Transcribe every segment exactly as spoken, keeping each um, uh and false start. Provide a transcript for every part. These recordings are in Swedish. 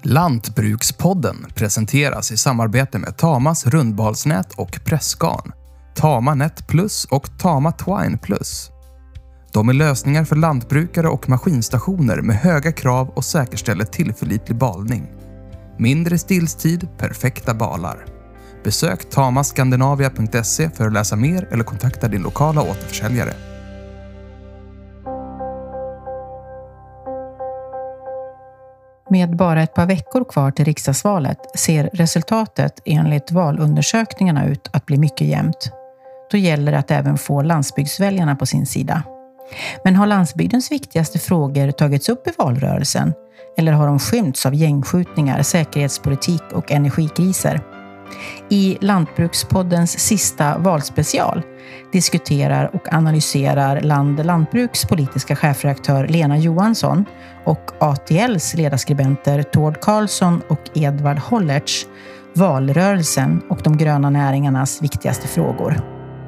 Lantbrukspodden presenteras i samarbete med Tamas rundbalsnät och pressgarn, Tama Net Plus och Tama Twine Plus. De är lösningar för lantbrukare och maskinstationer med höga krav och säkerställer tillförlitlig balning. Mindre stillstid, perfekta balar. Besök tamaskandinavia punkt se för att läsa mer eller kontakta din lokala återförsäljare. Med bara ett par veckor kvar till riksdagsvalet ser resultatet enligt valundersökningarna ut att bli mycket jämnt. Då gäller det att även få landsbygdsväljarna på sin sida. Men har landsbygdens viktigaste frågor tagits upp i valrörelsen? Eller har de skymts av gängskjutningar, säkerhetspolitik och energikriser? I Lantbrukspoddens sista valspecial diskuterar och analyserar Land Lantbruks politiska chefredaktör Lena Johansson och A T L:s ledarskribenter Tord Karlsson och Edvard Hollertz valrörelsen och de gröna näringarnas viktigaste frågor.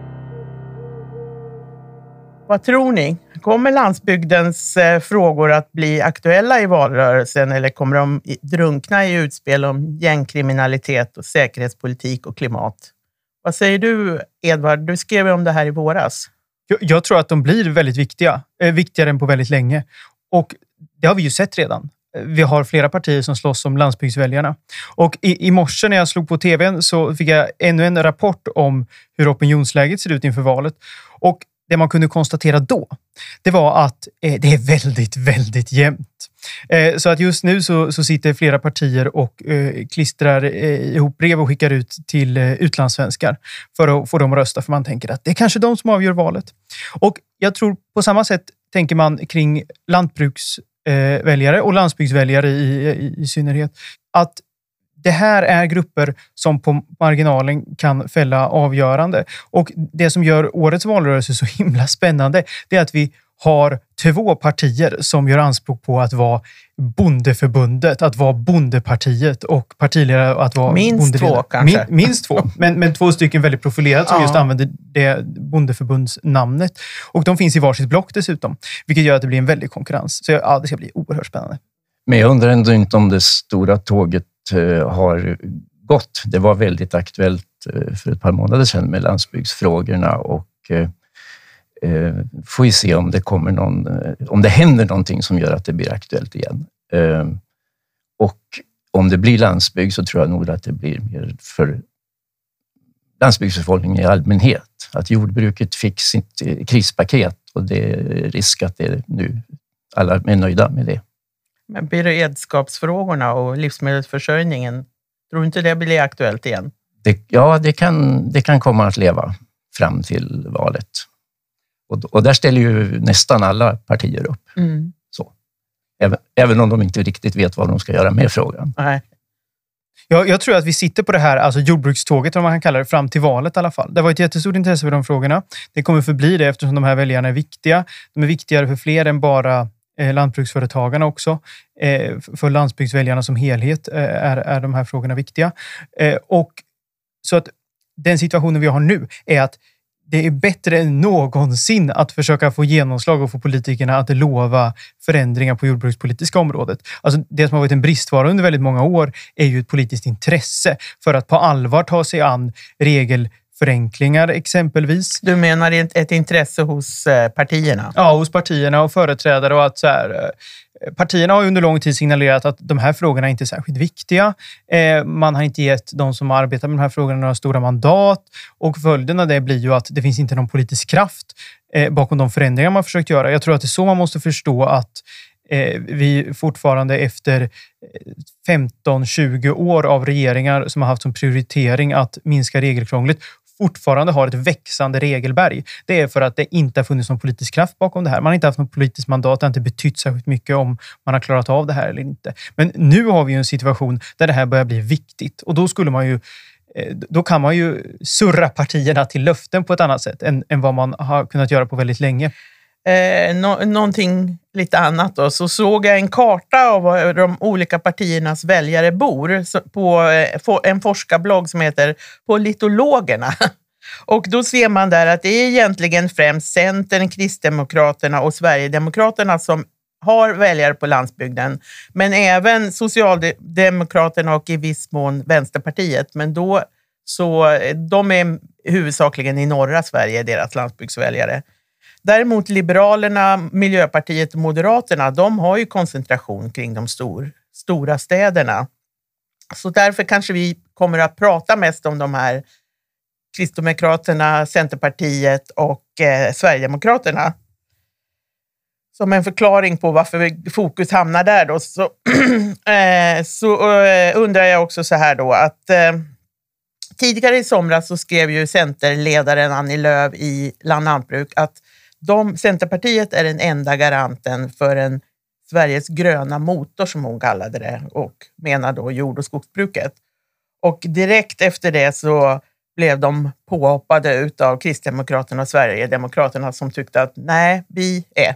Vad tror ni? Kommer landsbygdens eh, frågor att bli aktuella i valrörelsen eller kommer de drunkna i utspel om gängkriminalitet och säkerhetspolitik och klimat? Vad säger du, Edvard? Du skrev om det här i våras. Jag, jag tror att de blir väldigt viktiga. Eh, viktigare än på väldigt länge. Och det har vi ju sett redan. Vi har flera partier som slåss om landsbygdsväljarna. Och i, i morse när jag slog på tvn så fick jag ännu en rapport om hur opinionsläget ser ut inför valet. Och det man kunde konstatera då, det var att eh, det är väldigt, väldigt jämnt. Eh, så att just nu så, så sitter flera partier och eh, klistrar eh, ihop brev och skickar ut till eh, utlandssvenskar för att få dem att rösta. För man tänker att det är kanske de som avgör valet. Och jag tror på samma sätt tänker man kring lantbruksväljare eh, och landsbygdsväljare i, i, i synnerhet. Att det här är grupper som på marginalen kan fälla avgörande. Och det som gör årets valrörelse så himla spännande, det är att vi har två partier som gör anspråk på att vara bondeförbundet, att vara bondepartiet och partiledare att vara minst bondeledare. två kanske. Min, minst två, men, men två stycken väldigt profilerat som ja. just använder det bondeförbundsnamnet. Och de finns i varsitt block dessutom, vilket gör att det blir en väldig konkurrens. Så ja, det ska bli oerhört spännande. Men jag undrar ändå inte om det stora tåget har gått. Det var väldigt aktuellt för ett par månader sedan med landsbygdsfrågorna och eh, får vi se om det kommer någon, om det händer någonting som gör att det blir aktuellt igen. Eh, och om det blir landsbygd så tror jag nog att det blir mer för landsbygdsbefolkningen i allmänhet. Att jordbruket fick sitt krispaket och det är risk att det nu alla är nöjda med det. Men beredskapsfrågorna och livsmedelsförsörjningen, tror du inte det blir aktuellt igen? Det, ja, det kan, det kan komma att leva fram till valet. Och, och där ställer ju nästan alla partier upp. Mm. Så. Även, även om de inte riktigt vet vad de ska göra med frågan. Nej. Jag, jag tror att vi sitter på det här, alltså jordbrukståget om man kan kalla det, fram till valet i alla fall. Det var ett jättestort intresse för de frågorna. Det kommer förbli det eftersom de här väljarna är viktiga. De är viktigare för fler än bara lantbruksföretagarna också. För landsbygdsväljarna som helhet är, är de här frågorna viktiga. Och så att den situationen vi har nu är att det är bättre än någonsin att försöka få genomslag och få politikerna att lova förändringar på jordbrukspolitiska området. Alltså det som har varit en bristvara under väldigt många år är ju ett politiskt intresse för att på allvar ta sig an regelförenklingar exempelvis. Du menar ett intresse hos partierna? Ja, hos partierna och företrädare och att så här, partierna har under lång tid signalerat att de här frågorna inte är särskilt viktiga. Eh, man har inte gett de som arbetar med de här frågorna några stora mandat och följden av det blir ju att det finns inte någon politisk kraft eh, bakom de förändringar man försökt göra. Jag tror att det är så man måste förstå att eh, vi fortfarande efter femton tjugo år av regeringar som har haft som prioritering att minska regelkrånglet fortfarande har ett växande regelberg. Det är för att det inte har funnits någon politisk kraft bakom det här. Man har inte haft något politiskt mandat. Det har inte betytt särskilt mycket om man har klarat av det här eller inte. Men nu har vi ju en situation där det här börjar bli viktigt. Och då skulle man ju då kan man ju surra partierna till löften på ett annat sätt än, än vad man har kunnat göra på väldigt länge. Eh, no, någonting lite annat då. Så såg jag en karta av var de olika partiernas väljare bor på eh, en forskarblogg som heter Politologerna. Och då ser man där att det är egentligen främst Centern, Kristdemokraterna och Sverigedemokraterna som har väljare på landsbygden. Men även Socialdemokraterna och i viss mån Vänsterpartiet. Men då så de är huvudsakligen i norra Sverige, deras landsbygdsväljare. Däremot Liberalerna, Miljöpartiet och Moderaterna, de har ju koncentration kring de stor, stora städerna. Så därför kanske vi kommer att prata mest om de här Kristdemokraterna, Centerpartiet och eh, Sverigedemokraterna. Som en förklaring på varför fokus hamnar där då, så, eh, så eh, undrar jag också så här då att eh, tidigare i somras så skrev ju Centerledaren Annie Lööf i Land Lantbruk att de, Centerpartiet är den enda garanten för en Sveriges gröna motor som hon kallade det och menar då jord- och skogsbruket. Och direkt efter det så blev de påhoppade utav Kristdemokraterna och Sverigedemokraterna som tyckte att nej, vi är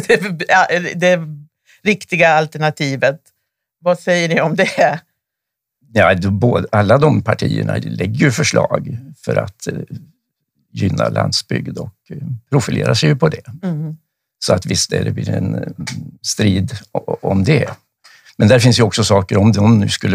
det, det riktiga alternativet. Vad säger ni om det? Ja, både, alla de partierna lägger ju förslag för att eh, gynna landsbygd och eh, profilerar sig ju på det. Mm. Så att visst är det blir en eh, strid om det. Men där finns ju också saker, om de nu skulle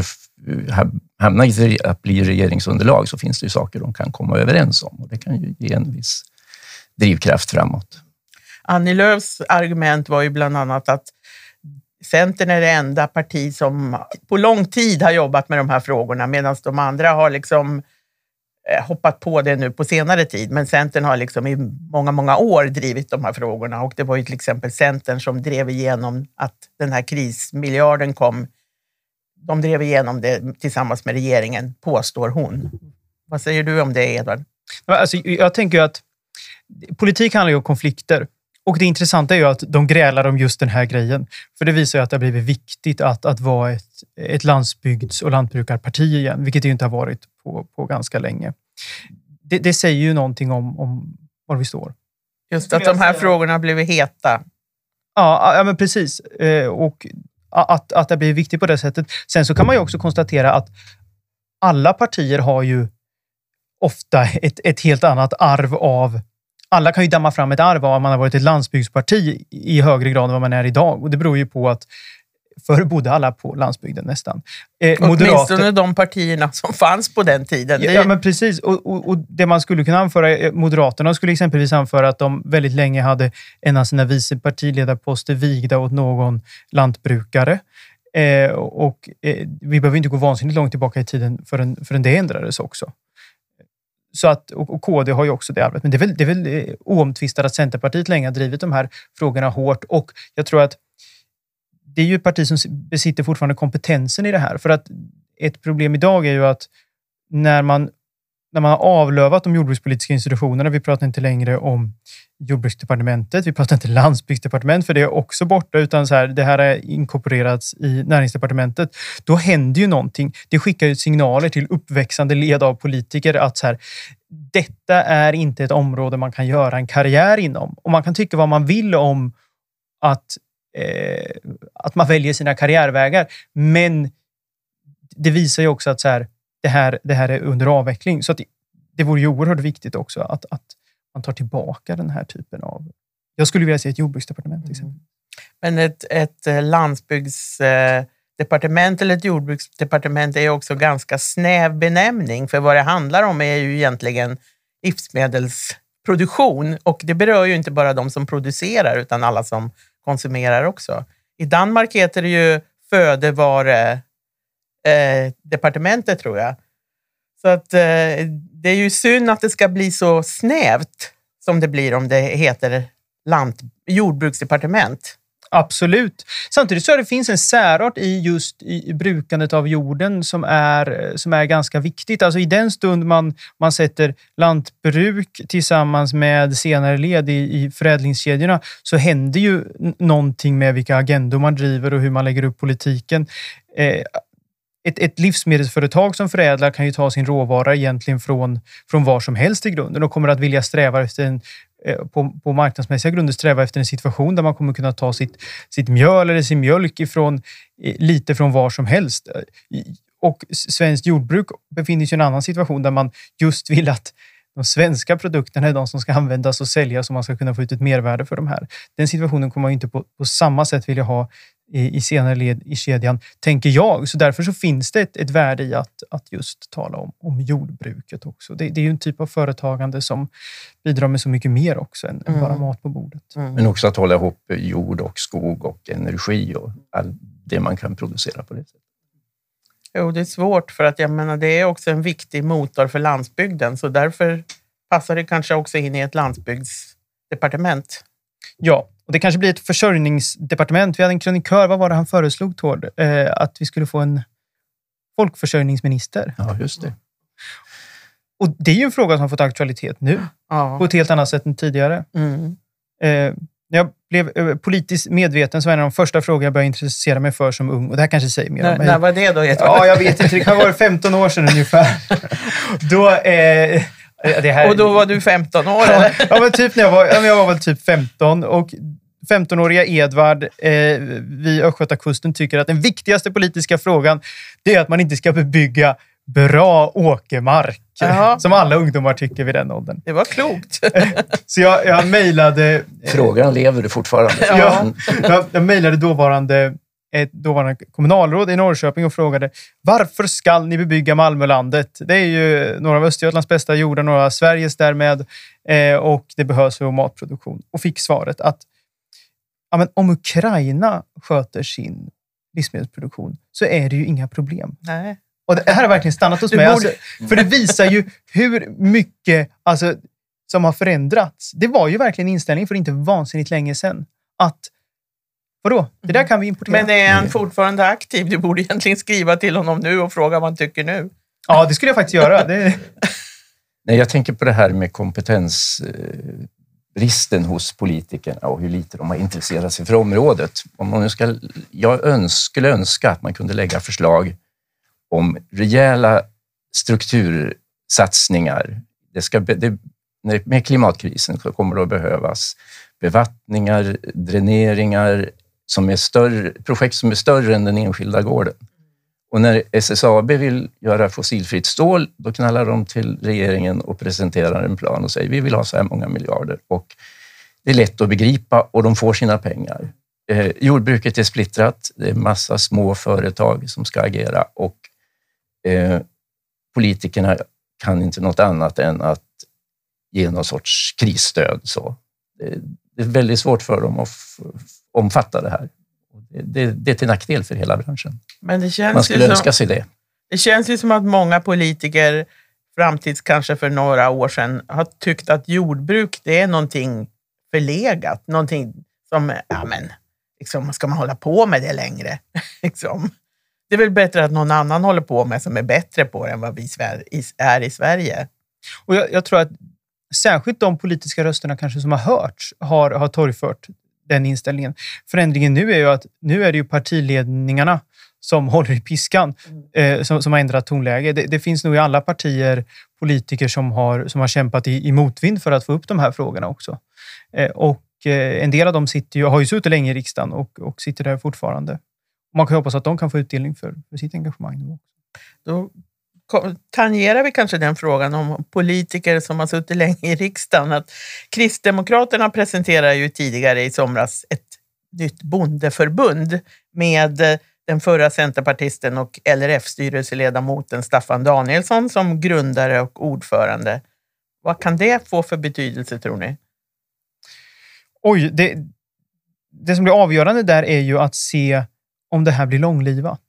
hamna i att bli regeringsunderlag så finns det ju saker de kan komma överens om och det kan ju ge en viss drivkraft framåt. Annie Lööfs argument var ju bland annat att Centern är det enda parti som på lång tid har jobbat med de här frågorna medan de andra har liksom hoppat på det nu på senare tid. Men Centern har liksom i många, många år drivit de här frågorna och det var ju till exempel Centern som drev igenom att den här krismiljarden kom. De drev igenom det tillsammans med regeringen, påstår hon. Vad säger du om det, Edvard? Alltså, jag tänker ju att politik handlar ju om konflikter. Och det intressanta är ju att de grälar om just den här grejen. För det visar ju att det har blivit viktigt att, att vara ett, ett landsbygds- och lantbrukarparti igen. Vilket det ju inte har varit på, på ganska länge. Det, det säger ju någonting om, om var vi står. Just att de här frågorna har blivit heta. Ja, ja men precis. Och att, att det blir viktigt på det sättet. Sen så kan man ju också konstatera att alla partier har ju ofta ett, ett helt annat arv av... Alla kan ju damma fram ett arv av att man har varit ett landsbygdsparti i högre grad än vad man är idag. Och det beror ju på att förr bodde alla på landsbygden nästan. Eh, Åtminstone de partierna som fanns på den tiden. Ja, ja men precis. Och, och, och det man skulle kunna anföra, Moderaterna skulle exempelvis anföra att de väldigt länge hade en av sina vice partiledarposter vigda åt någon lantbrukare. Eh, och eh, vi behöver inte gå vansinnigt långt tillbaka i tiden förrän, förrän det ändrades också. Så att, och, och K D har ju också det arvet. Men det är väl, det är väl oomtvistat att Centerpartiet länge har drivit de här frågorna hårt. Och jag tror att det är ju ett parti som besitter fortfarande kompetensen i det här. För att ett problem idag är ju att när man, när man har avlövat de jordbrukspolitiska institutionerna, vi pratar inte längre om jordbruksdepartementet, vi pratar inte landsbygdsdepartement för det är också borta utan så här, det här är inkorporerats i näringsdepartementet. Då händer ju någonting. Det skickar ut signaler till uppväxande led av politiker att så här, detta är inte ett område man kan göra en karriär inom. Och man kan tycka vad man vill om att, eh, att man väljer sina karriärvägar. Men det visar ju också att så här, det, här, det här är under avveckling. Så att det, det vore ju oerhört viktigt också att, att man tar tillbaka den här typen av... Jag skulle vilja se ett jordbruksdepartement till exempel. Men ett, ett landsbygdsdepartement eller ett jordbruksdepartement är ju också ganska snäv benämning. För vad det handlar om är ju egentligen livsmedelsproduktion. Och det berör ju inte bara de som producerar utan alla som konsumerar också. I Danmark heter det ju födevarudepartementet tror jag. Så att eh, det är ju synd att det ska bli så snävt som det blir om det heter lant- jordbruksdepartement. Absolut. Samtidigt så är det finns en särart i just i brukandet av jorden som är, som är ganska viktigt. Alltså i den stund man, man sätter lantbruk tillsammans med senare led i, i förädlingskedjorna så händer ju n- någonting med vilka agendor man driver och hur man lägger upp politiken. Eh, Ett, ett livsmedelsföretag som förädlar kan ju ta sin råvara egentligen från, från var som helst i grunden och kommer att vilja sträva efter en, på, på marknadsmässiga grunder sträva efter en situation där man kommer kunna ta sitt, sitt mjöl eller sin mjölk ifrån, lite från var som helst. Och svenskt jordbruk befinner sig i en annan situation där man just vill att de svenska produkterna är de som ska användas och säljas, så man ska kunna få ut ett mervärde för de här. Den situationen kommer man ju inte på, på samma sätt vilja ha i, i senare led i kedjan, tänker jag. Så därför så finns det ett, ett värde i att, att just tala om, om jordbruket också. Det, det är ju en typ av företagande som bidrar med så mycket mer också än, mm. än bara mat på bordet. Mm. Men också att hålla ihop jord och skog och energi och all det man kan producera på det sättet. Jo, det är svårt, för att jag menar, det är också en viktig motor för landsbygden, så därför passar det kanske också in i ett landsbygdsdepartement. Ja, och det kanske blir ett försörjningsdepartement. Vi hade en krönikör, vad var det han föreslog, Tord? Eh, att vi skulle få en folkförsörjningsminister. Ja, just det. Och det är ju en fråga som har fått aktualitet nu. Ja. På ett helt annat sätt än tidigare. Mm. Eh, när jag blev eh, politiskt medveten så var en av de första frågor jag började intressera mig för som ung. Och det här kanske säger mer N- om mig. När var det då? Ja, jag vet inte. Det kan vara femton år sedan ungefär. Då... Eh, det här... Och då var du femton år, ja, eller? Ja, men typ när jag var, jag var väl typ femton. Och femtonåriga Edvard eh, vid Östgötakusten tycker att den viktigaste politiska frågan, det är att man inte ska bebygga bra åkermark. Jaha. Som alla ungdomar tycker vid den åldern. Det var klokt. Så jag, jag mejlade... Frågan lever du fortfarande. Ja, jag, jag mejlade dåvarande, ett dåvarande kommunalråd i Norrköping och frågade: varför ska ni bebygga Malmölandet? Det är ju några av Östergötlands bästa jordar, några av Sveriges därmed, eh, och det behövs för matproduktion. Och fick svaret att ja, men om Ukraina sköter sin livsmedelsproduktion så är det ju inga problem. Nej. Och det här har verkligen stannat hos Du mig. borde... Alltså, för det visar ju hur mycket alltså, som har förändrats. Det var ju verkligen inställning för inte vansinnigt länge sedan. Att, vadå? Det där kan vi importera. Men är han fortfarande aktiv? Du borde egentligen skriva till honom nu och fråga vad han tycker nu. Ja, det skulle jag faktiskt göra. Det... Nej, jag tänker på det här med kompetensbristen hos politikerna och hur lite de har intresserat sig för området. Om man nu ska, jag öns, skulle önska att man kunde lägga förslag om rejäla struktursatsningar. Det ska, det, med klimatkrisen så kommer det att behövas bevattningar, dräneringar, som är större, projekt som är större än den enskilda gården. Och när S S A B vill göra fossilfritt stål, då knallar de till regeringen och presenterar en plan och säger vi vill ha så här många miljarder. Och det är lätt att begripa och de får sina pengar. Eh, jordbruket är splittrat, det är massa små företag som ska agera och eh, politikerna kan inte något annat än att ge någon sorts krisstöd. Så det, det är väldigt svårt för dem att f- omfatta det här. Det, det, det är till nackdel för hela branschen. Men det känns Man skulle ju önska som, sig det. det känns ju som att många politiker framtids kanske för några år sedan har tyckt att jordbruk, det är någonting förlegat. Någonting som, ja men, liksom, ska man hålla på med det längre? liksom. Det är väl bättre att någon annan håller på med som är bättre på det än vad vi är i Sverige. Och jag, jag tror att särskilt de politiska rösterna kanske som har hörts har, har torgfört den inställningen. Förändringen nu är ju att nu är det ju partiledningarna som håller i piskan, eh, som, som har ändrat tonläge. Det, det finns nog i alla partier politiker som har, som har kämpat i, i motvind för att få upp de här frågorna också. Eh, och eh, en del av dem sitter ju, har ju suttit länge i riksdagen och, och sitter där fortfarande. Och man kan hoppas att de kan få utdelning för, för sitt engagemang nu också. Då tangerar vi kanske den frågan om politiker som har suttit länge i riksdagen. Att Kristdemokraterna presenterade ju tidigare i somras ett nytt bondeförbund med den förra centerpartisten och L R F-styrelseledamoten Staffan Danielsson som grundare och ordförande. Vad kan det få för betydelse, tror ni? Oj, det, det som blir avgörande där är ju att se om det här blir långlivat.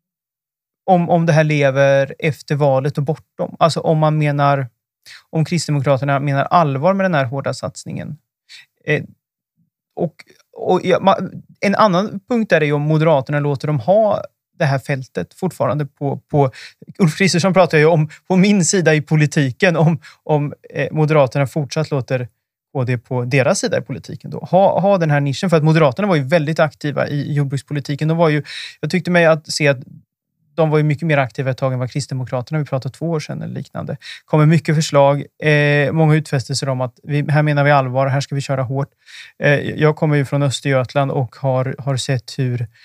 Om, om det här lever efter valet och bortom. Alltså om man menar, om Kristdemokraterna menar allvar med den här hårda satsningen. Eh, och, och ja, man, en annan punkt är det ju om Moderaterna låter dem ha det här fältet fortfarande på, på Ulf Kristersson pratar ju om på min sida i politiken, om, om eh, Moderaterna fortsatt låter K D på deras sida i politiken då. Ha, ha den här nischen, för att Moderaterna var ju väldigt aktiva i jordbrukspolitiken. De var ju, jag tyckte mig att se att de var ju mycket mer aktiva ett tag än vad Kristdemokraterna, vi pratade två år sedan eller liknande. Kommer mycket förslag, eh, många utfästelser om att vi, här menar vi allvar, här ska vi köra hårt. Eh, jag kommer ju från Östergötland och har, har sett hur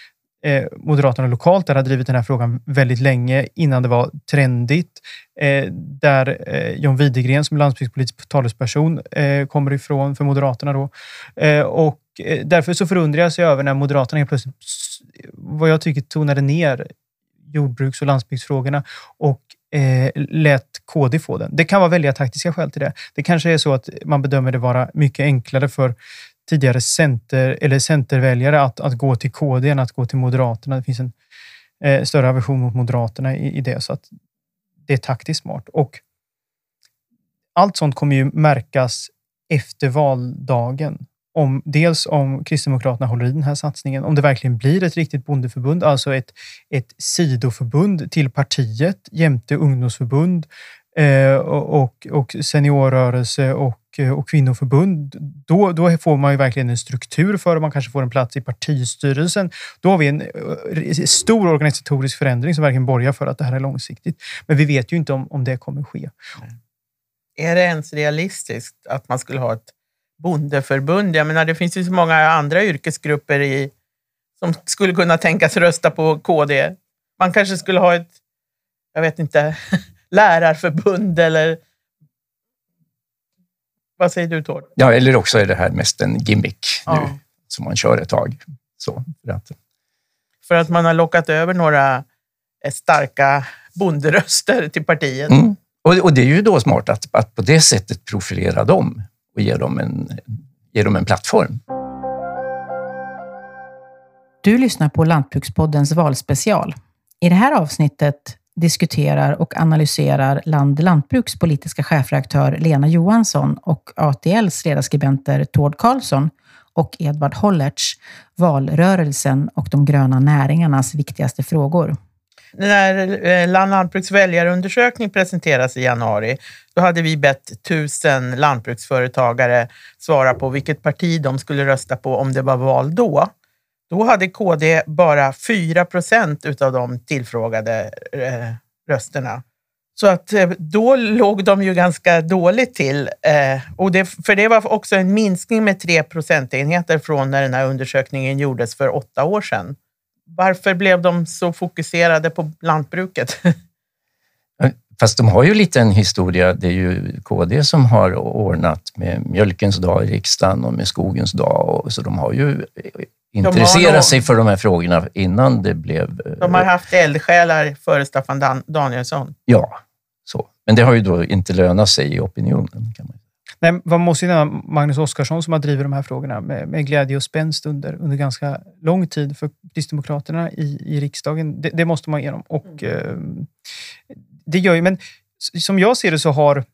eh, Moderaterna lokalt där har drivit den här frågan väldigt länge innan det var trendigt. Eh, där eh, John Widegren som landsbygdspolitisk talesperson eh, kommer ifrån för Moderaterna då. Eh, och eh, därför så förundrar jag sig över när Moderaterna helt plötsligt, vad jag tycker, tonade ner jordbruks- och landsbygdsfrågorna och eh, lät K D få den. Det kan vara väldiga taktiska skäl till det. Det kanske är så att man bedömer det vara mycket enklare för tidigare center, eller centerväljare att, att gå till K D än att gå till Moderaterna. Det finns en eh, större aversion mot Moderaterna i, i det, så att det är taktiskt smart. Och allt sånt kommer ju märkas efter valdagen. Om, dels om Kristdemokraterna håller i den här satsningen, om det verkligen blir ett riktigt bondeförbund, alltså ett, ett sidoförbund till partiet, jämte ungdomsförbund eh, och, och seniorrörelse och, och kvinnoförbund. Då, då får man ju verkligen en struktur för det. Man kanske får en plats i partistyrelsen. Då har vi en stor organisatorisk förändring som verkligen borgar för att det här är långsiktigt. Men vi vet ju inte om, om det kommer ske. Är det ens realistiskt att man skulle ha ett bondeförbund? Jag menar, det finns ju så många andra yrkesgrupper i, som skulle kunna tänkas rösta på K D. Man kanske skulle ha ett, jag vet inte, lärarförbund eller vad säger du, Tord? Ja, eller också är det här mest en gimmick ja. nu som man kör ett tag. Så, för, att... för att man har lockat över några starka bonderöster till partiet. Mm. Och, och det är ju då smart att, att på det sättet profilera dem och ge dem en, ge dem en plattform. Du lyssnar på Lantbrukspoddens valspecial. I det här avsnittet diskuterar och analyserar Land Lantbruks politiska chefredaktör Lena Johansson och A T L:s ledarskribenter Tord Karlsson och Edvard Hollertz valrörelsen och de gröna näringarnas viktigaste frågor. När Land Lantbruks väljarundersökning presenteras i januari, då hade vi bett tusen lantbruksföretagare svara på vilket parti de skulle rösta på om det var val då. Då hade K D bara fyra procent utav de tillfrågade eh, rösterna. Så att eh, då låg de ju ganska dåligt till. Eh, och det, för det var också en minskning med tre procentenheter från när den här undersökningen gjordes för åtta år sedan. Varför blev de så fokuserade på lantbruket? Fast de har ju lite en historia. Det är ju K D som har ordnat med mjölkens dag i riksdagen och med skogens dag. Och så de har ju intresserat nog... sig för de här frågorna innan det blev... De har haft eldsjälar före Staffan Dan- Danielsson. Ja, så. Men det har ju då inte lönat sig i opinionen, kan man. Nej, vad måste ju Magnus Oskarsson som har drivit de här frågorna med, med glädje och spänst under, under ganska lång tid för Kristdemokraterna i, i riksdagen. Det, det måste man igenom. Och mm. eh, det gör ju, men som jag ser det så har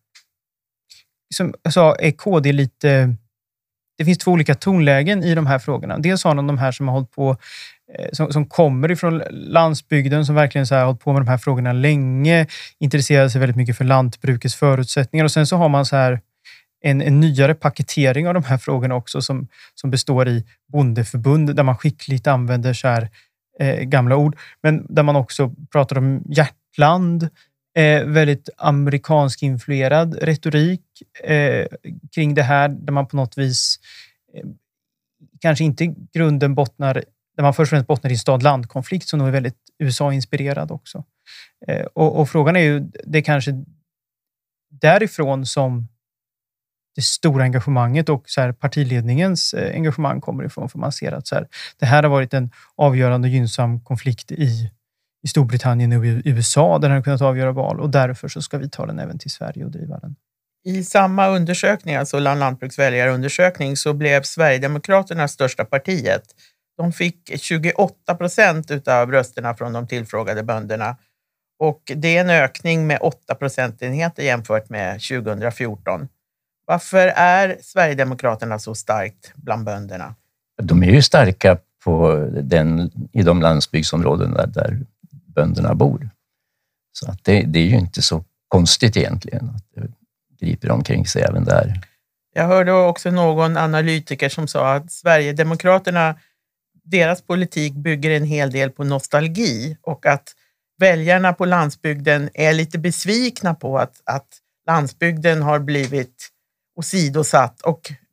som jag sa, är K D lite... Det finns två olika tonlägen i de här frågorna. Dels har de de här som har hållit på, som, som kommer ifrån landsbygden, som verkligen så här har hållit på med de här frågorna länge, intresserar sig väldigt mycket för lantbrukets förutsättningar. Och sen så har man så här en, en nyare paketering av de här frågorna också som, som består i bondeförbund, där man skickligt använder så här eh, gamla ord, men där man också pratar om hjärtland, Eh, väldigt amerikansk influerad retorik eh, kring det här, där man på något vis eh, kanske inte grunden bottnar, där man först och främst bottnar i stad-land-konflikt som nog är väldigt U S A-inspirerad också. Eh, och, och frågan är ju, det är kanske därifrån som det stora engagemanget och så här, partiledningens eh, engagemang kommer ifrån, för man ser att så här, det här har varit en avgörande och gynnsam konflikt i i Storbritannien och i U S A där den har kunnat avgöra val, och därför så ska vi ta den även till Sverige och driva den. I samma undersökning, alltså Land Lantbruks väljarundersökning, så blev Sverigedemokraterna största partiet. De fick tjugoåtta procent utav rösterna från de tillfrågade bönderna, och det är en ökning med åtta procentenheter jämfört med tjugohundrafjorton. Varför är Sverigedemokraterna så starkt bland bönderna? De är ju starka på den, i de landsbygdsområden där, där bönderna bor. Så att det, det är ju inte så konstigt egentligen att det griper omkring sig även där. Jag hörde också någon analytiker som sa att Sverigedemokraterna, deras politik bygger en hel del på nostalgi, och att väljarna på landsbygden är lite besvikna på att, att landsbygden har blivit åsidosatt, och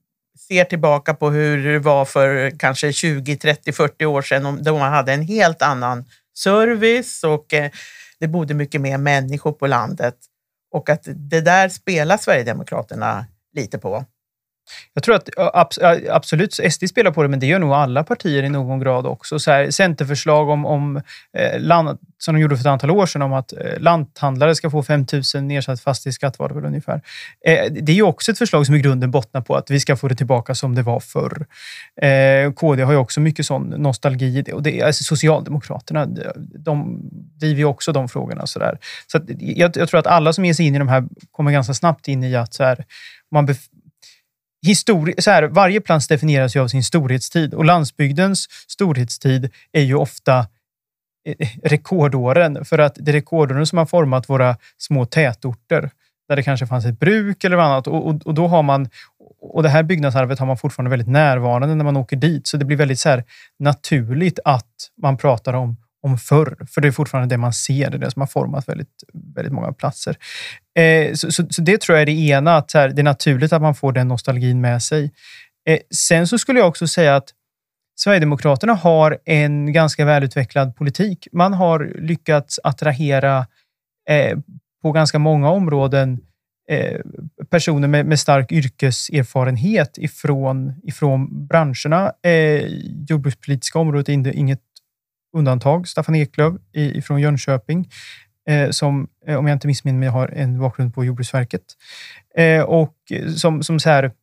ser tillbaka på hur det var för kanske tjugo, trettio, fyrtio år sedan, då man hade en helt annan service och eh, det bodde mycket mer människor på landet. Och att det där spelar Sverigedemokraterna lite på. Jag tror att absolut S D spelar på det, men det gör nog alla partier i någon grad också. Så här, centerförslag om, om eh, land, som de gjorde för ett antal år sedan, om att eh, lanthandlare ska få fem tusen nedsatt fastighetsskatt var det väl ungefär. Eh, det är ju också ett förslag som i grunden bottnar på att vi ska få det tillbaka som det var förr. Eh, K D har ju också mycket sån nostalgi i det. Och det, alltså Socialdemokraterna, de driver ju också de frågorna. Så, där. så att, jag, jag tror att alla som ger sig in i de här kommer ganska snabbt in i att så här, man bef- Histori- så här, varje plats definieras ju av sin storhetstid och landsbygdens storhetstid är ju ofta eh, rekordåren, för att det är rekordåren som har format våra små tätorter där det kanske fanns ett bruk eller annat och, och, och då har man, och det här byggnadsarvet har man fortfarande väldigt närvarande när man åker dit, så det blir väldigt så här naturligt att man pratar om om förr, för det är fortfarande det man ser, det är det som har format väldigt, väldigt många platser. Eh, så, så, så det tror jag är det ena, att så här, det är naturligt att man får den nostalgin med sig. Eh, sen så skulle jag också säga att Sverigedemokraterna har en ganska välutvecklad politik. Man har lyckats attrahera eh, på ganska många områden eh, personer med, med stark yrkeserfarenhet ifrån, ifrån branscherna. Eh, jordbrukspolitiska området är inget undantag. Staffan Eklöf från Jönköping eh, som, eh, om jag inte missminner mig, har en bakgrund på Jordbruksverket eh, och som, som så här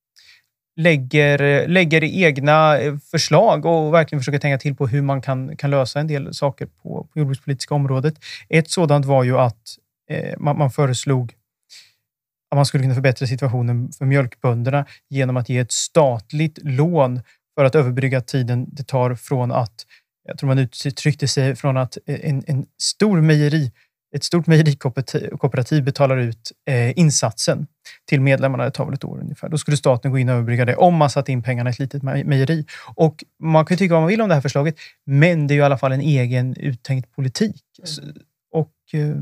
lägger, lägger egna förslag och verkligen försöker tänka till på hur man kan, kan lösa en del saker på, på jordbrukspolitiska området. Ett sådant var ju att eh, man, man föreslog att man skulle kunna förbättra situationen för mjölkbönderna genom att ge ett statligt lån för att överbrygga tiden det tar från att, jag tror man uttryckte sig, från att en, en stor mejeri, ett stort mejerikooperativ betalar ut eh, insatsen till medlemmarna. Det tar väl ett år ungefär. Då skulle staten gå in och överbrygga det om man satt in pengarna i ett litet mejeri. Och man kan ju tycka vad man vill om det här förslaget, men det är ju i alla fall en egen uttänkt politik. Mm. Och eh,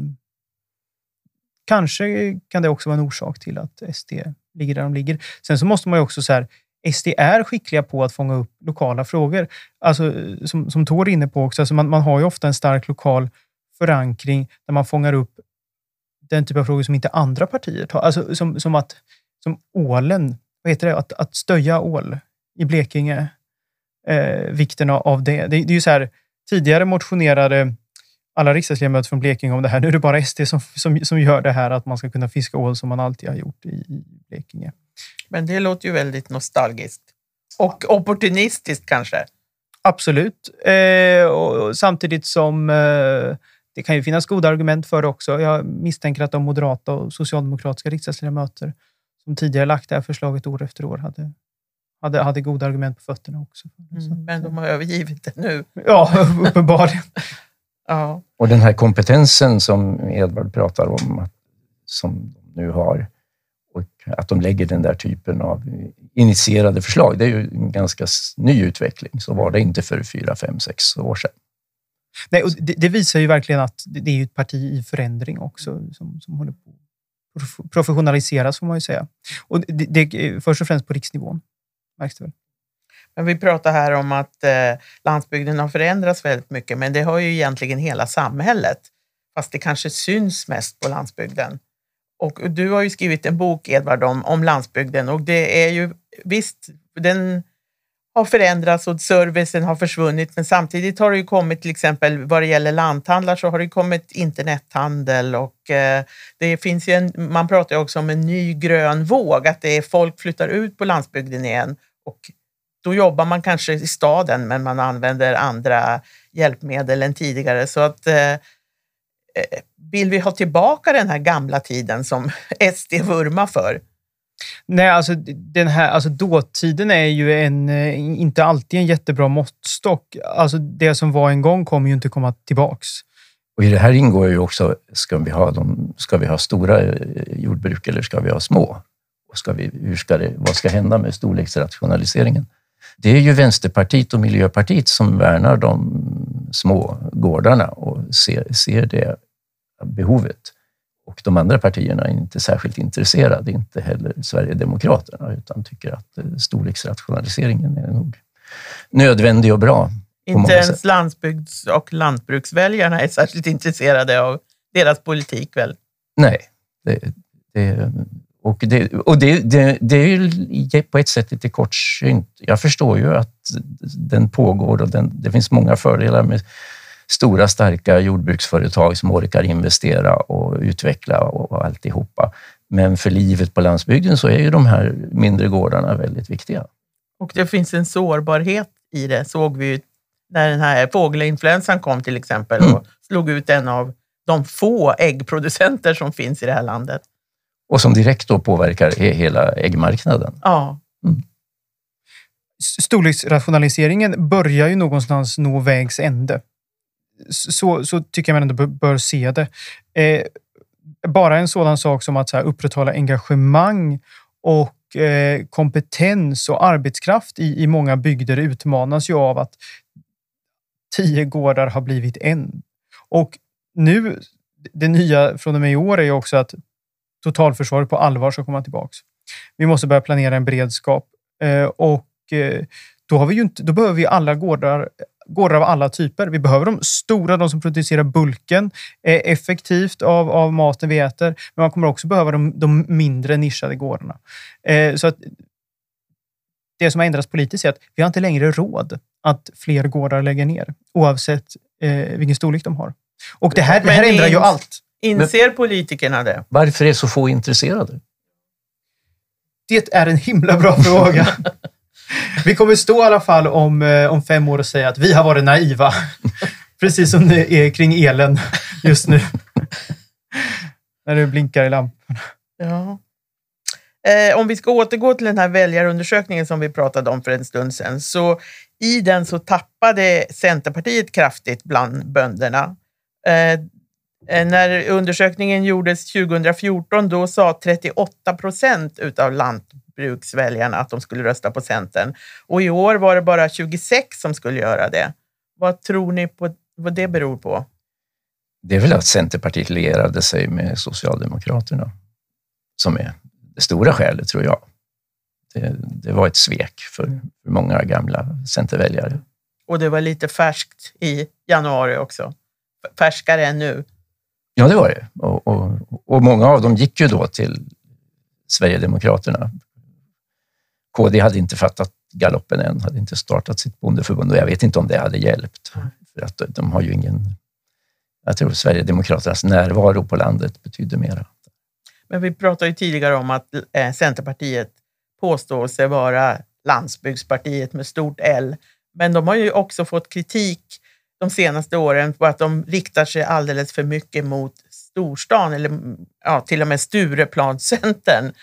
kanske kan det också vara en orsak till att S D ligger där de ligger. Sen så måste man ju också så här, S D är skickliga på att fånga upp lokala frågor. Alltså, som, som Tor är inne på också, alltså man, man har ju ofta en stark lokal förankring där man fångar upp den typ av frågor som inte andra partier tar. Alltså som, som att som ålen, vad heter det? Att, att stöja ål i Blekinge. Eh, vikten av det. det. Det är ju så här, tidigare motionerade alla riksdagsledamöter från Blekinge om det här. Nu är det bara S D som, som, som gör det här, att man ska kunna fiska ål som man alltid har gjort i, i Blekinge. Men det låter ju väldigt nostalgiskt. Och opportunistiskt kanske. Absolut. Eh, och samtidigt som eh, det kan ju finnas goda argument för det också. Jag misstänker att de moderata och socialdemokratiska riksdagsledamöter som tidigare lagt det här förslaget år efter år hade, hade, hade goda argument på fötterna också. Mm, men de har övergivit det nu. Ja, uppenbarligen. Ja. Och den här kompetensen som Edvard pratar om, som de nu har, och att de lägger den där typen av initierade förslag, det är ju en ganska ny utveckling. Så var det inte för fyra, fem, sex år sedan. Nej, och det, det visar ju verkligen att det är ett parti i förändring också som, som håller på att professionaliseras, får man ju säga. Och det, det först och främst på riksnivån, märks det väl. Men vi pratar här om att eh, landsbygden har förändrats väldigt mycket, men det har ju egentligen hela samhället. Fast det kanske syns mest på landsbygden. Och du har ju skrivit en bok, Edvard, om, om landsbygden, och det är ju, visst, den har förändrats och servicen har försvunnit, men samtidigt har det ju kommit, till exempel vad det gäller lanthandlar, så har det kommit internethandel och eh, det finns ju en, man pratar ju också om en ny grön våg, att det är folk flyttar ut på landsbygden igen och då jobbar man kanske i staden, men man använder andra hjälpmedel än tidigare, så att eh, vill vi ha tillbaka den här gamla tiden som S D vurmar för? Nej, alltså den här, alltså dåtiden är ju en, inte alltid en jättebra måttstock. Alltså det som var en gång kommer ju inte komma tillbaks. Och i det här ingår ju också, ska vi ha, de, ska vi ha stora jordbruk eller ska vi ha små? Och ska vi, hur ska det, vad ska hända med storleksrationaliseringen? Det är ju Vänsterpartiet och Miljöpartiet som värnar de små gårdarna och ser, ser det behovet. Och de andra partierna är inte särskilt intresserade, inte heller Sverigedemokraterna, utan tycker att storleksrationaliseringen är nog nödvändig och bra. Inte ens sätt. landsbygds- och lantbruksväljarna är särskilt intresserade av deras politik väl? Nej, det, det, och, det, och det, det, det är ju på ett sätt lite kortsynt. Jag förstår ju att den pågår och den, det finns många fördelar med stora starka jordbruksföretag som orkar investera och utveckla och alltihopa. Men för livet på landsbygden så är ju de här mindre gårdarna väldigt viktiga. Och det finns en sårbarhet i det, såg vi ju när den här fågelinfluensan kom till exempel och mm. slog ut en av de få äggproducenter som finns i det här landet. Och som direkt då påverkar hela äggmarknaden. Ja. Mm. Storleksrationaliseringen börjar ju någonstans nå vägs ände. Så, så tycker jag man ändå bör se det. Eh, bara en sådan sak som att så här, upprätthålla engagemang och eh, kompetens och arbetskraft i, i många bygder utmanas ju av att tio gårdar har blivit en. Och nu, det nya från och med i år är ju också att totalförsvaret på allvar ska komma tillbaka. Vi måste börja planera en beredskap eh, och eh, då, har vi ju inte, då behöver vi alla gårdar gårdar av alla typer. Vi behöver de stora, de som producerar bulken eh, effektivt av, av maten vi äter. Men man kommer också behöva de, de mindre nischade gårdarna. Eh, så att det som har ändrats politiskt är att vi har inte längre råd att fler gårdar lägger ner. Oavsett eh, vilken storlek de har. Och det här, det här ändrar ju allt. Inser politikerna det? Varför är så få intresserade? Det är en himla bra fråga. Vi kommer stå i alla fall om, om fem år och säga att vi har varit naiva. Precis som det är kring elen just nu. När det blinkar i lamporna. Ja. Eh, om vi ska återgå till den här väljarundersökningen som vi pratade om för en stund sedan. Så i den så tappade Centerpartiet kraftigt bland bönderna. Eh, när undersökningen gjordes tjugohundrafjorton då sa trettioåtta procent utav lantbruksväljarna att de skulle rösta på Centern. Och i år var det bara tjugosex som skulle göra det. Vad tror ni på vad det beror på? Det är väl att Centerpartiet lierade sig med Socialdemokraterna som är det stora skälet, tror jag. Det, det var ett svek för, för många gamla centerväljare. Och det var lite färskt i januari också. Färskare än nu. Ja, det var det. Och, och, och många av dem gick ju då till Sverigedemokraterna. K D hade inte fattat galoppen än, hade inte startat sitt bondeförbund och jag vet inte om det hade hjälpt. Mm. För att de har ju ingen... Jag tror Sverigedemokraternas närvaro på landet betyder mera. Men vi pratade ju tidigare om att eh, Centerpartiet påstår sig vara landsbygdspartiet med stort L. Men de har ju också fått kritik de senaste åren på att de riktar sig alldeles för mycket mot storstan eller ja, till och med Stureplanscentern.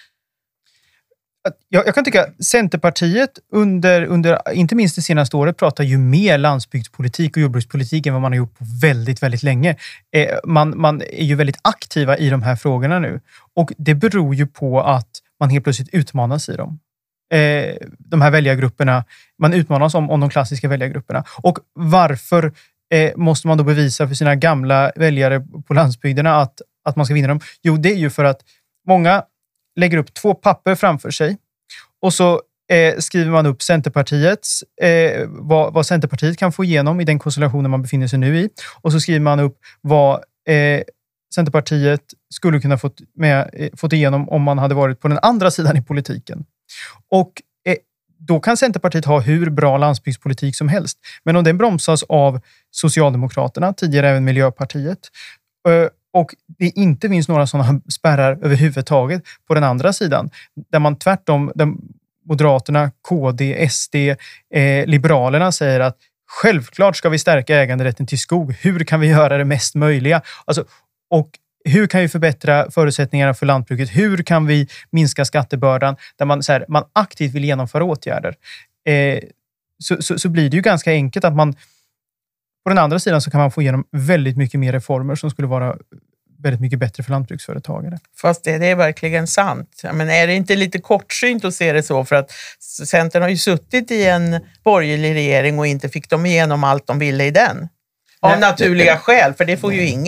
Jag, jag kan tycka att Centerpartiet under, under, inte minst det senaste året, pratar ju mer landsbygdspolitik och jordbrukspolitik än vad man har gjort på väldigt, väldigt länge. Eh, man, man är ju väldigt aktiva i de här frågorna nu. Och det beror ju på att man helt plötsligt utmanas i dem. Eh, de här väljargrupperna, man utmanas om, om de klassiska väljargrupperna. Och varför eh, måste man då bevisa för sina gamla väljare på landsbygderna att, att man ska vinna dem? Jo, det är ju för att många lägger upp två papper framför sig och så eh, skriver man upp Centerpartiets, eh, vad, vad Centerpartiet kan få igenom i den konstellationen man befinner sig nu i. Och så skriver man upp vad eh, Centerpartiet skulle kunna fått, med, eh, fått igenom om man hade varit på den andra sidan i politiken. Och eh, då kan Centerpartiet ha hur bra landsbygdspolitik som helst. Men om den bromsas av Socialdemokraterna, tidigare även Miljöpartiet, eh, och det inte finns några sådana spärrar överhuvudtaget på den andra sidan. Där man tvärtom, där Moderaterna, K D, S D, eh, Liberalerna säger att självklart ska vi stärka äganderätten till skog. Hur kan vi göra det mest möjliga? Alltså, och hur kan vi förbättra förutsättningarna för lantbruket? Hur kan vi minska skattebördan? Där man, så här, man aktivt vill genomföra åtgärder. Eh, så, så, så blir det ju ganska enkelt att man på den andra sidan så kan man få igenom väldigt mycket mer reformer som skulle vara väldigt mycket bättre för lantbruksföretagare. Fast det, det är verkligen sant. Men är det inte lite kortsynt att se det så? För att Centern har ju suttit i en borgerlig regering och inte fick de igenom allt de ville i den. Av nej, naturliga det, skäl, för det får nej. ju ingen.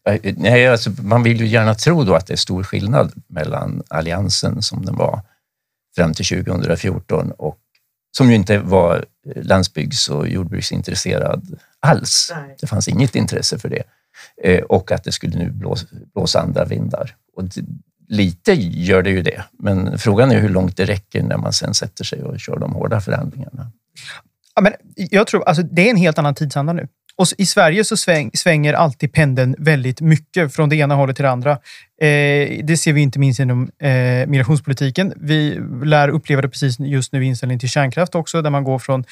Nej, alltså, man vill ju gärna tro då att det är stor skillnad mellan alliansen som den var fram till tjugohundrafjorton och som ju inte var landsbygds- och jordbruksintresserad alls. Nej. Det fanns inget intresse för det. Eh, och att det skulle nu blåsa, blåsa andra vindar. Och det, lite gör det ju det. Men frågan är hur långt det räcker när man sen sätter sig och kör de hårda förhandlingarna. Ja, men jag tror, alltså, det är en helt annan tidsanda nu. Och i Sverige så sväng, svänger alltid pendeln väldigt mycket från det ena hållet till det andra. Eh, det ser vi inte minst inom eh, migrationspolitiken. Vi lär uppleva det precis just nu i inställningen till kärnkraft också, där man går från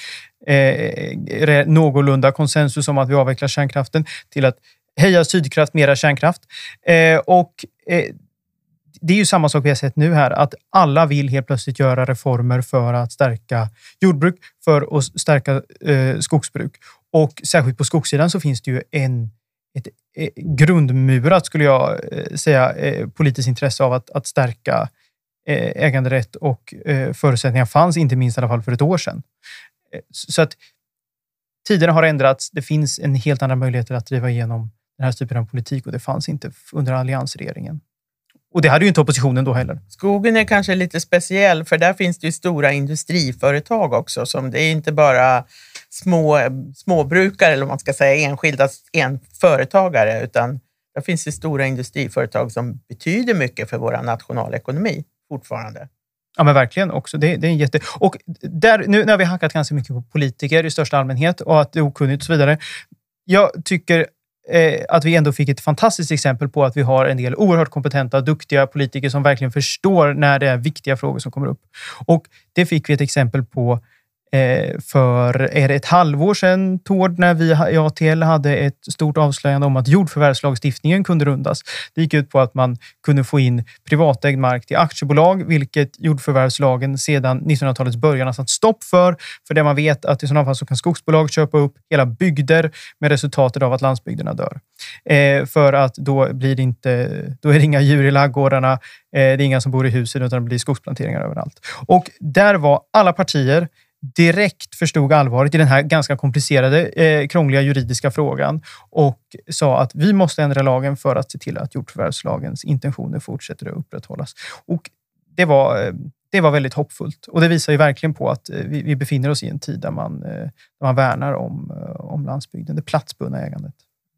eh, någorlunda konsensus om att vi avvecklar kärnkraften till att heja Sydkraft, mera kärnkraft. Eh, och eh, det är ju samma sak vi har sett nu här, att alla vill helt plötsligt göra reformer för att stärka jordbruk, för att stärka eh, skogsbruk. Och särskilt på skogssidan så finns det ju en, ett, ett grundmurat, skulle jag säga, eh, politiskt intresse av att, att stärka eh, äganderätt och eh, förutsättningar fanns, inte minst i alla fall för ett år sedan. Eh, så att tiderna har ändrats, det finns en helt andra möjligheter att driva igenom den här typen av politik och det fanns inte under alliansregeringen. Och det hade ju inte oppositionen då heller. Skogen är kanske lite speciell, för där finns det ju stora industriföretag också. Som det är inte bara små, småbrukare eller om man ska säga enskilda en företagare, utan där finns det stora industriföretag som betyder mycket för vår nationalekonomi fortfarande. Ja, men verkligen också. Det, det är en jätte... Och där, nu när vi har hackat ganska mycket på politiker i största allmänhet och att det är okunnigt och så vidare. Jag tycker eh, att vi ändå fick ett fantastiskt exempel på att vi har en del oerhört kompetenta, duktiga politiker som verkligen förstår när det är viktiga frågor som kommer upp. Och det fick vi ett exempel på eh, för är det ett halvår sedan, Tord, när vi i A T L hade ett stort avslöjande om att jordförvärvslagstiftningen kunde rundas. Det gick ut på att man kunde få in privatägd mark till aktiebolag, vilket jordförvärvslagen sedan nittonhundratalets början har satt stopp för. För det man vet att i sådana fall så kan skogsbolag köpa upp hela bygder med resultatet av att landsbygderna dör. Eh, för att då blir det inte, då är det inga djur i laggårdarna, eh, det är inga som bor i husen utan det blir skogsplanteringar överallt. Och där var alla partier direkt förstod allvaret i den här ganska komplicerade, eh, krångliga juridiska frågan och sa att vi måste ändra lagen för att se till att jordförvärvslagens intentioner fortsätter att upprätthållas. Och det var, det var väldigt hoppfullt. Och det visar ju verkligen på att vi, vi befinner oss i en tid där man, där man värnar om, om landsbygden, det platsbundna ägandet.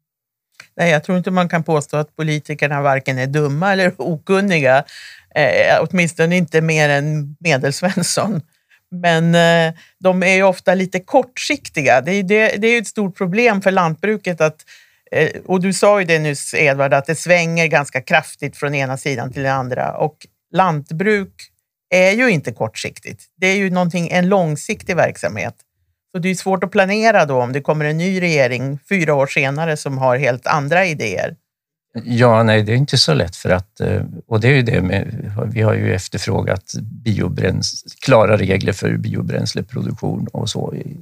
Nej, jag tror inte man kan påstå att politikerna varken är dumma eller okunniga. Eh, åtminstone inte mer än Medelsvensson. Men eh, de är ju ofta lite kortsiktiga. Det är, det, det är ju ett stort problem för lantbruket att, eh, och du sa ju det nyss, Edvard, att det svänger ganska kraftigt från ena sidan till den andra. Och lantbruk är ju inte kortsiktigt. Det är ju någonting, en långsiktig verksamhet. Så det är svårt att planera då om det kommer en ny regering fyra år senare som har helt andra idéer. Ja, nej, det är inte så lätt för att, och det är ju det med, vi har ju efterfrågat biobränsle, klara regler för biobränsleproduktion och så i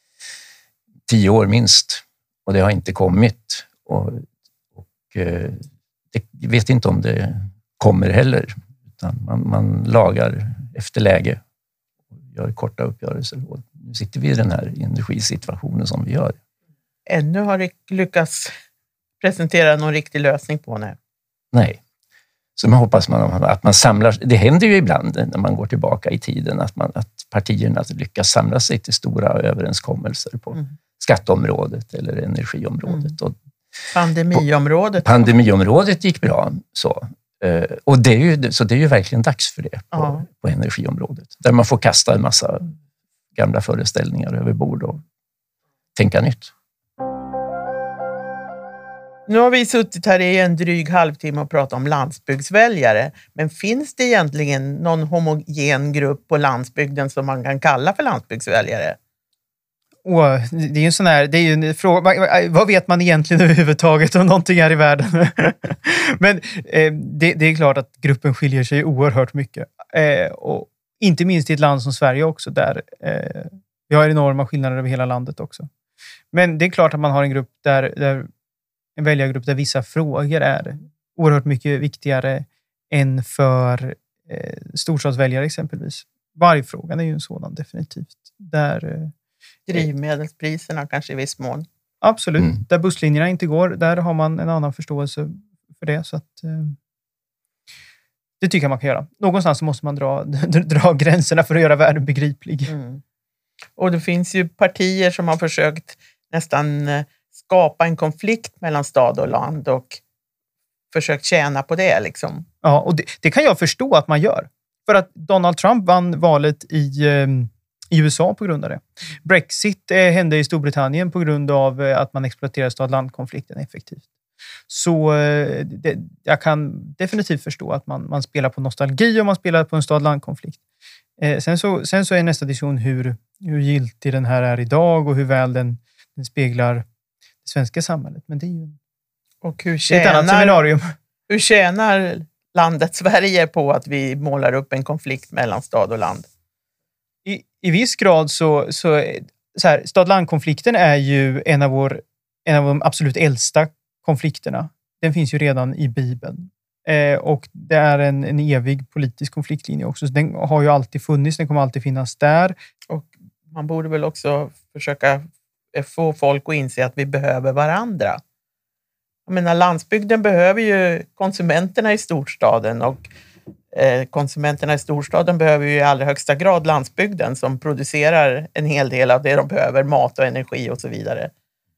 tio år minst. Och det har inte kommit och, och det, jag vet inte om det kommer heller. Utan man, man lagar efter läge och gör korta uppgörelser. Och nu sitter vi i den här energisituationen som vi gör. Ännu har det lyckats presentera någon riktig lösning på det. Nej. Så man hoppas man att man samlar, det händer ju ibland när man går tillbaka i tiden att, man, att partierna lyckas samla sig till stora överenskommelser på mm. skatteområdet eller energiområdet. Mm. Och pandemiområdet. Pandemiområdet gick bra. Så. Och det är ju, så det är ju verkligen dags för det på, ja. på energiområdet. Där man får kasta en massa gamla föreställningar över bord och tänka nytt. Nu har vi suttit här i en dryg halvtimme och pratat om landsbygdsväljare. Men finns det egentligen någon homogen grupp på landsbygden som man kan kalla för landsbygdsväljare? Oh, det är ju en sån här, det är ju en fråga, vad vet man egentligen överhuvudtaget om någonting här i världen? Men eh, det, det är klart att gruppen skiljer sig oerhört mycket. Eh, och inte minst i ett land som Sverige också, där eh, vi har enorma skillnader över hela landet också. Men det är klart att man har en grupp där, där en väljargrupp där vissa frågor är oerhört mycket viktigare än för eh, storstadsväljare exempelvis. Vargfrågan är ju en sådan definitivt. Där, eh, Drivmedelspriserna kanske i viss mån. Absolut. Mm. Där busslinjerna inte går, där har man en annan förståelse för det. Så att, eh, det tycker jag man kan göra. Någonstans så måste man dra, dra gränserna för att göra världen begriplig. Mm. Och det finns ju partier som har försökt nästan eh, skapa en konflikt mellan stad och land och försökt tjäna på det liksom. Ja, och det, det kan jag förstå att man gör. För att Donald Trump vann valet i, eh, i U S A på grund av det. Brexit eh, hände i Storbritannien på grund av eh, att man exploaterar stad-land-konflikten effektivt. Så eh, det, jag kan definitivt förstå att man, man spelar på nostalgi och man spelar på en stad-land-konflikt. Eh, sen, så, sen så är nästa diskussion hur, hur giltig den här är idag och hur väl den, den speglar det svenska samhället. Men det är ju och hur tjänar, ett annat seminarium. Hur tjänar landet Sverige på att vi målar upp en konflikt mellan stad och land? I, i viss grad så, så, så här, stad-land-konflikten är ju en av, vår, en av de absolut äldsta konflikterna. Den finns ju redan i Bibeln. Eh, och det är en, en evig politisk konfliktlinje också. Så den har ju alltid funnits, den kommer alltid finnas där. Och man borde väl också försöka få folk att inse att vi behöver varandra. Jag menar, landsbygden behöver ju konsumenterna i storstaden och eh, konsumenterna i storstaden behöver ju i allra högsta grad landsbygden som producerar en hel del av det de behöver, mat och energi och så vidare.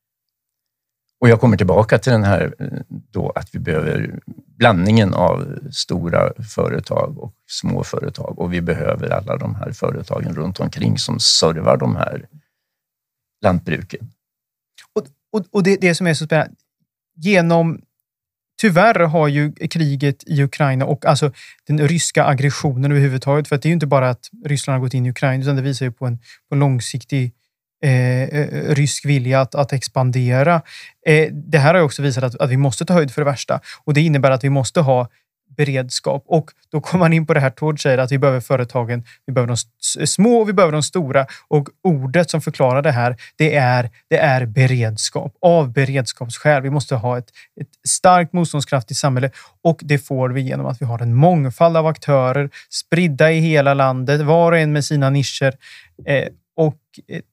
Och jag kommer tillbaka till den här då att vi behöver blandningen av stora företag och små företag och vi behöver alla de här företagen runt omkring som servar de här lantbruken. Och, och, och det, det som är så spännande, genom, tyvärr har ju kriget i Ukraina och alltså den ryska aggressionen överhuvudtaget, för att det är ju inte bara att Ryssland har gått in i Ukraina utan det visar ju på en, på en långsiktig eh, rysk vilja att, att expandera. Eh, det här har ju också visat att, att vi måste ta höjd för det värsta och det innebär att vi måste ha beredskap och då kommer man in på det här Tord säger att vi behöver företagen, vi behöver de små och vi behöver de stora och ordet som förklarar det här det är, det är beredskap av beredskapsskäl. Vi måste ha ett, ett starkt motståndskraftigt samhälle och det får vi genom att vi har en mångfald av aktörer spridda i hela landet, var och en med sina nischer eh, och eh,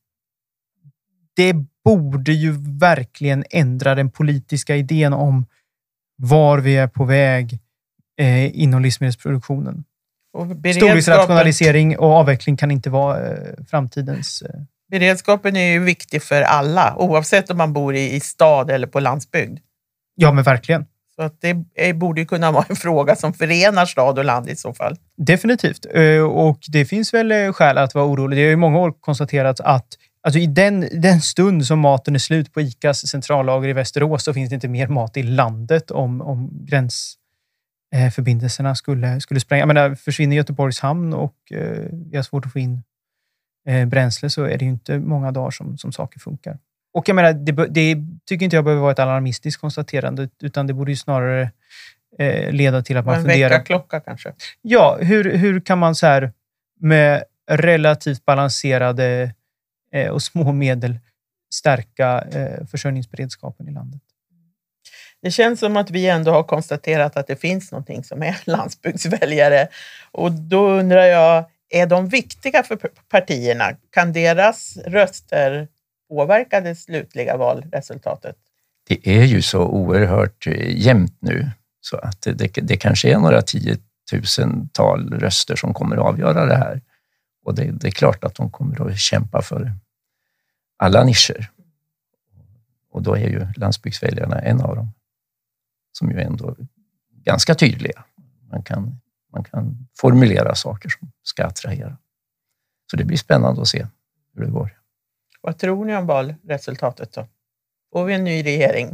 det borde ju verkligen ändra den politiska idén om var vi är på väg Eh, inom livsmedelsproduktionen. Storleksrationalisering och avveckling kan inte vara eh, framtidens... Eh. Beredskapen är ju viktig för alla, oavsett om man bor i, i stad eller på landsbygd. Ja, men verkligen. Så att det är, borde ju kunna vara en fråga som förenar stad och land i så fall. Definitivt. Eh, och det finns väl skäl att vara orolig. Det har ju många år konstaterat att alltså i den, den stund som maten är slut på ICAs centrallager i Västerås så finns det inte mer mat i landet om, om gräns förbindelserna skulle, skulle spränga. Jag menar, försvinner Göteborgs hamn och eh, vi har svårt att få in eh, bränsle så är det ju inte många dagar som, som saker funkar. Och jag menar, det, det tycker inte jag behöver vara ett alarmistiskt konstaterande utan det borde ju snarare eh, leda till att man en funderar... En klocka kanske. Ja, hur, hur kan man så här med relativt balanserade eh, och små medel stärka eh, försörjningsberedskapen i landet? Det känns som att vi ändå har konstaterat att det finns någonting som är landsbygdsväljare. Och då undrar jag, är de viktiga för partierna? Kan deras röster påverka det slutliga valresultatet? Det är ju så oerhört jämnt nu så att det, det, det kanske är några tiotusental röster som kommer att avgöra det här. Och det, det är klart att de kommer att kämpa för alla nischer. Och då är ju landsbygdsväljarna en av dem. Som ju ändå är ganska tydliga. Man kan, man kan formulera saker som ska attrahera. Så det blir spännande att se hur det går. Vad tror ni om valresultatet då? Får vi en ny regering?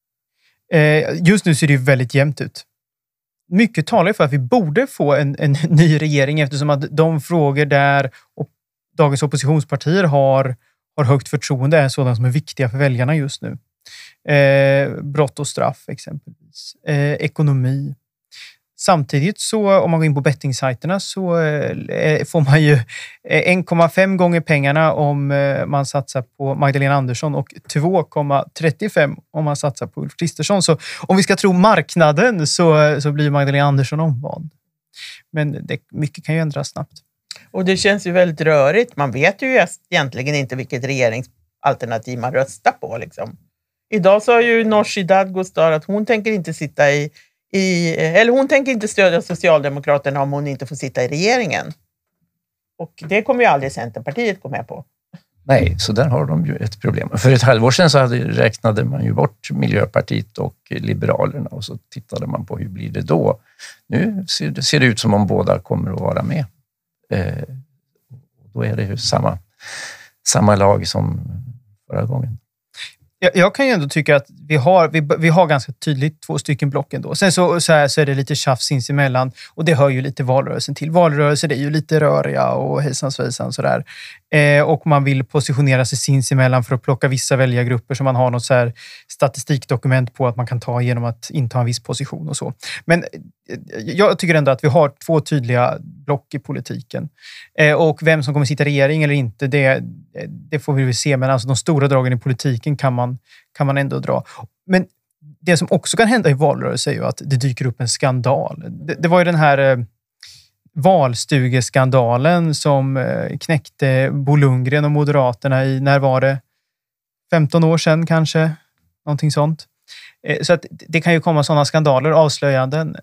Eh, just nu ser det ju väldigt jämnt ut. Mycket talar för att vi borde få en, en ny regering eftersom att de frågor där och dagens oppositionspartier har, har högt förtroende är sådana som är viktiga för väljarna just nu. Eh, brott och straff exempelvis. Eh, ekonomi. Samtidigt så om man går in på bettingsajterna så eh, får man ju en komma fem gånger pengarna om eh, man satsar på Magdalena Andersson och två komma trettiofem om man satsar på Ulf Kristersson. Så om vi ska tro marknaden så, så blir Magdalena Andersson omvald. Men det, mycket kan ju ändras snabbt. Och det känns ju väldigt rörigt. Man vet ju egentligen inte vilket regerings alternativ man röstar på. Liksom. Idag sa ju Nooshi Dadgostar att hon tänker inte sitta i, i eller hon tänker inte stödja Socialdemokraterna om hon inte får sitta i regeringen. Och det kommer ju aldrig Centerpartiet gå med på. Nej, så där har de ju ett problem. För ett halvår sedan så hade, räknade man ju bort Miljöpartiet och Liberalerna och så tittade man på hur blir det då. Nu ser det, ser det ut som om båda kommer att vara med. Eh, då är det ju samma, samma lag som förra gången. Jag, jag kan ju ändå tycka att vi har, vi, vi har ganska tydligt två stycken block ändå. Sen så, så, här, så är det lite tjafs sinsemellan och det hör ju lite valrörelsen till. Valrörelser är ju lite röriga och hejsan svejsan sådär. Eh, och man vill positionera sig sinsemellan för att plocka vissa väljargrupper som man har något så här statistikdokument på att man kan ta genom att inta en viss position och så. Men eh, jag tycker ändå att vi har två tydliga block i politiken. Eh, och vem som kommer sitta i regering eller inte, det, det får vi väl se. Men alltså de stora dragen i politiken kan man, kan man ändå dra. Men det som också kan hända i valrörelsen är ju att det dyker upp en skandal. Det, det var ju den här... Eh, valstugeskandalen som knäckte Bo Lundgren och Moderaterna i, när var det? femton år sedan kanske? Någonting sånt. Så att det kan ju komma sådana skandaler, avslöjanden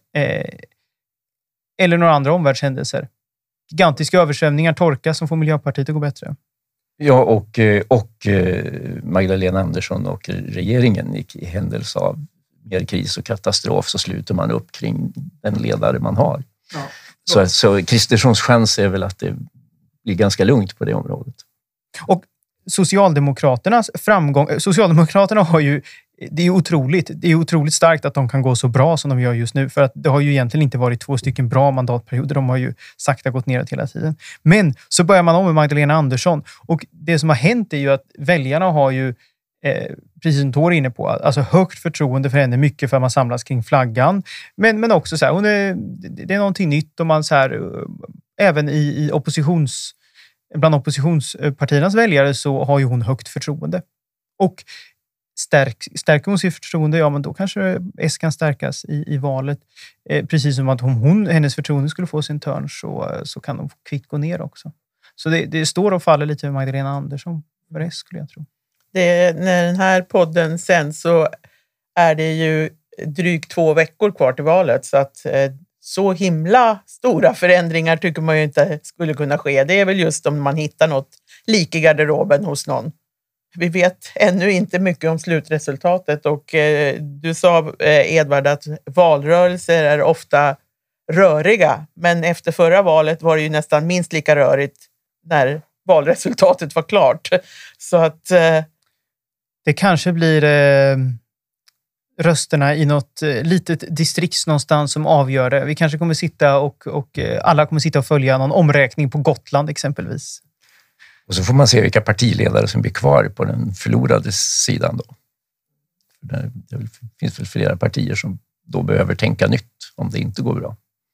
eller några andra omvärldshändelser. Gigantiska översvämningar, torka som får Miljöpartiet att gå bättre. Ja, och, och Magdalena Andersson och regeringen i händelse av mer kris och katastrof så sluter man upp kring den ledare man har. Ja. Så, så Kristerssons chans är väl att det blir ganska lugnt på det området. Och Socialdemokraternas framgång... Socialdemokraterna har ju... Det är otroligt. Det är otroligt starkt att de kan gå så bra som de gör just nu. För att det har ju egentligen inte varit två stycken bra mandatperioder. De har ju sakta gått neråt hela tiden. Men så börjar man om med Magdalena Andersson. Och det som har hänt är ju att väljarna har ju... Eh, precis som Tor är inne på, alltså högt förtroende för henne, mycket för att man samlas kring flaggan, men, men också så här, hon är, det är någonting nytt och man så här, även i, i oppositions bland oppositionspartiernas väljare så har ju hon högt förtroende och stärk, stärker hon sitt förtroende, ja men då kanske S kan stärkas i, i valet, eh, precis som att om hon, hennes förtroende skulle få sin törn så, så kan de kvitt gå ner också, så det, det står och faller lite med Magdalena Andersson för S skulle jag tro. Det, när den här podden sen så är det ju drygt två veckor kvar till valet så att eh, så himla stora förändringar tycker man ju inte skulle kunna ske. Det är väl just om man hittar något lik i garderoben hos någon. Vi vet ännu inte mycket om slutresultatet och eh, du sa eh, Edvard att valrörelser är ofta röriga, men efter förra valet var det ju nästan minst lika rörigt när valresultatet var klart. Så att eh, det kanske blir eh, rösterna i något eh, litet distrikt någonstans som avgör det. Vi kanske kommer sitta och, och eh, alla kommer sitta och följa någon omräkning på Gotland exempelvis. Och så får man se vilka partiledare som blir kvar på den förlorade sidan då. För det finns väl flera partier som då behöver tänka nytt om det inte går bra.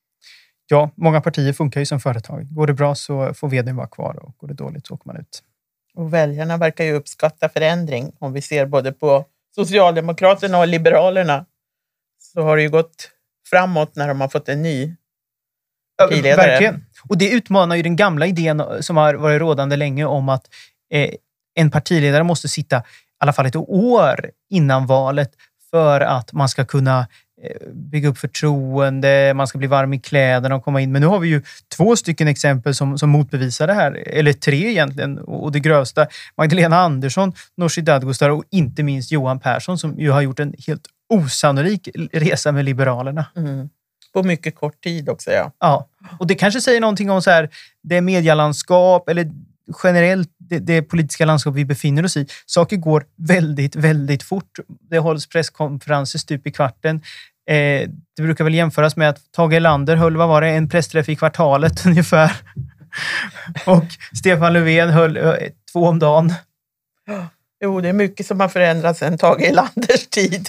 Ja, många partier funkar ju som företag. Går det bra så får vdn vara kvar och går det dåligt så åker man ut. Och väljarna verkar ju uppskatta förändring. Om vi ser både på Socialdemokraterna och Liberalerna så har det ju gått framåt när de har fått en ny partiledare. Verkligen. Och det utmanar ju den gamla idén som har varit rådande länge om att eh, en partiledare måste sitta i alla fall ett år innan valet för att man ska kunna bygga upp förtroende, man ska bli varm i kläderna och komma in. Men nu har vi ju två stycken exempel som, som motbevisar det här. Eller tre egentligen. Och det grövsta. Magdalena Andersson, Nooshi Dadgostar och inte minst Johan Persson som ju har gjort en helt osannolik resa med Liberalerna. Mm. På mycket kort tid också, ja. Ja. Och det kanske säger någonting om så här, det medielandskap eller generellt det, det politiska landskap vi befinner oss i. Saker går väldigt, väldigt fort. Det hålls presskonferenser stup i kvarten. Eh, det brukar väl jämföras med att Tage Erlander höll, vad var det, en pressträff i kvartalet ungefär. Och Stefan Löfven höll eh, två om dagen. Jo, det är mycket som har förändrats sedan Tage Erlanders tid.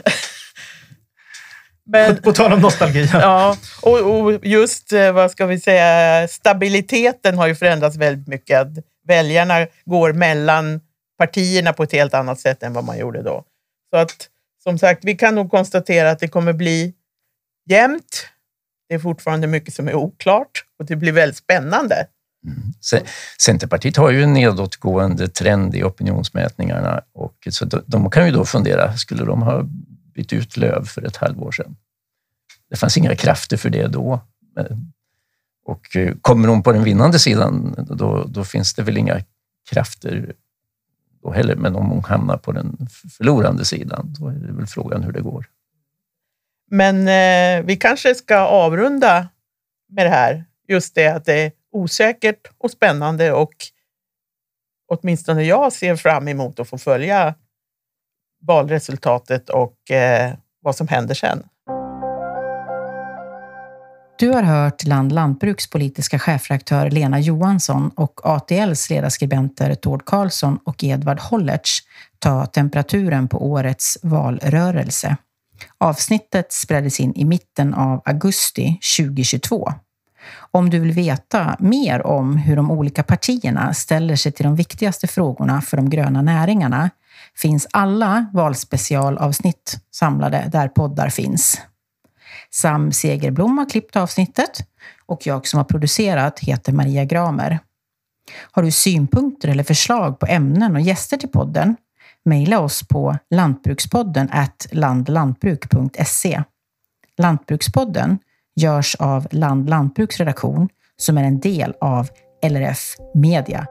Men, på, på tal om nostalgi. Ja, och, och just, vad ska vi säga, stabiliteten har ju förändrats väldigt mycket. Att väljarna går mellan partierna på ett helt annat sätt än vad man gjorde då. Så att, som sagt, vi kan nog konstatera att det kommer bli jämnt. Det är fortfarande mycket som är oklart och det blir väldigt spännande. Mm. Centerpartiet har ju en nedåtgående trend i opinionsmätningarna och så de, de kan ju då fundera, skulle de ha bytt ut Löv för ett halvår sedan? Det fanns inga krafter för det då. Och kommer hon på den vinnande sidan, då, då finns det väl inga krafter då heller. Men om hon hamnar på den förlorande sidan, då är det väl frågan hur det går. Men eh, vi kanske ska avrunda med det här. Just det att det är osäkert och spännande och åtminstone jag ser fram emot att få följa valresultatet och eh, vad som händer sen. Du har hört Land Lantbruks politiska chefredaktör Lena Johansson och A T L:s ledarskribenter Tord Karlsson och Edvard Hollertz ta temperaturen på årets valrörelse. Avsnittet spelades in i mitten av augusti tjugohundratjugotvå. Om du vill veta mer om hur de olika partierna ställer sig till de viktigaste frågorna för de gröna näringarna finns alla valspecialavsnitt samlade där poddar finns. Sam Segerblom har klippt avsnittet och jag som har producerat heter Maria Gramer. Har du synpunkter eller förslag på ämnen och gäster till podden? Maila oss på lantbrukspodden at landlantbruk punkt se. Lantbrukspodden görs av Land Lantbruks redaktion som är en del av L R F Media.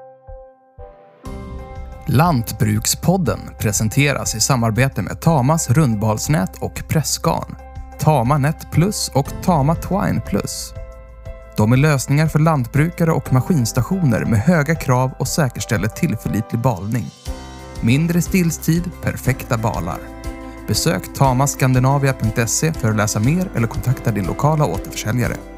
Lantbrukspodden presenteras i samarbete med Tamas rundbalsnät och pressgarn, Tama Net Plus och Tama Twine Plus. De är lösningar för lantbrukare och maskinstationer med höga krav och säkerställer tillförlitlig balning. Mindre stillstid, perfekta balar. Besök tamaskandinavia punkt se för att läsa mer eller kontakta din lokala återförsäljare.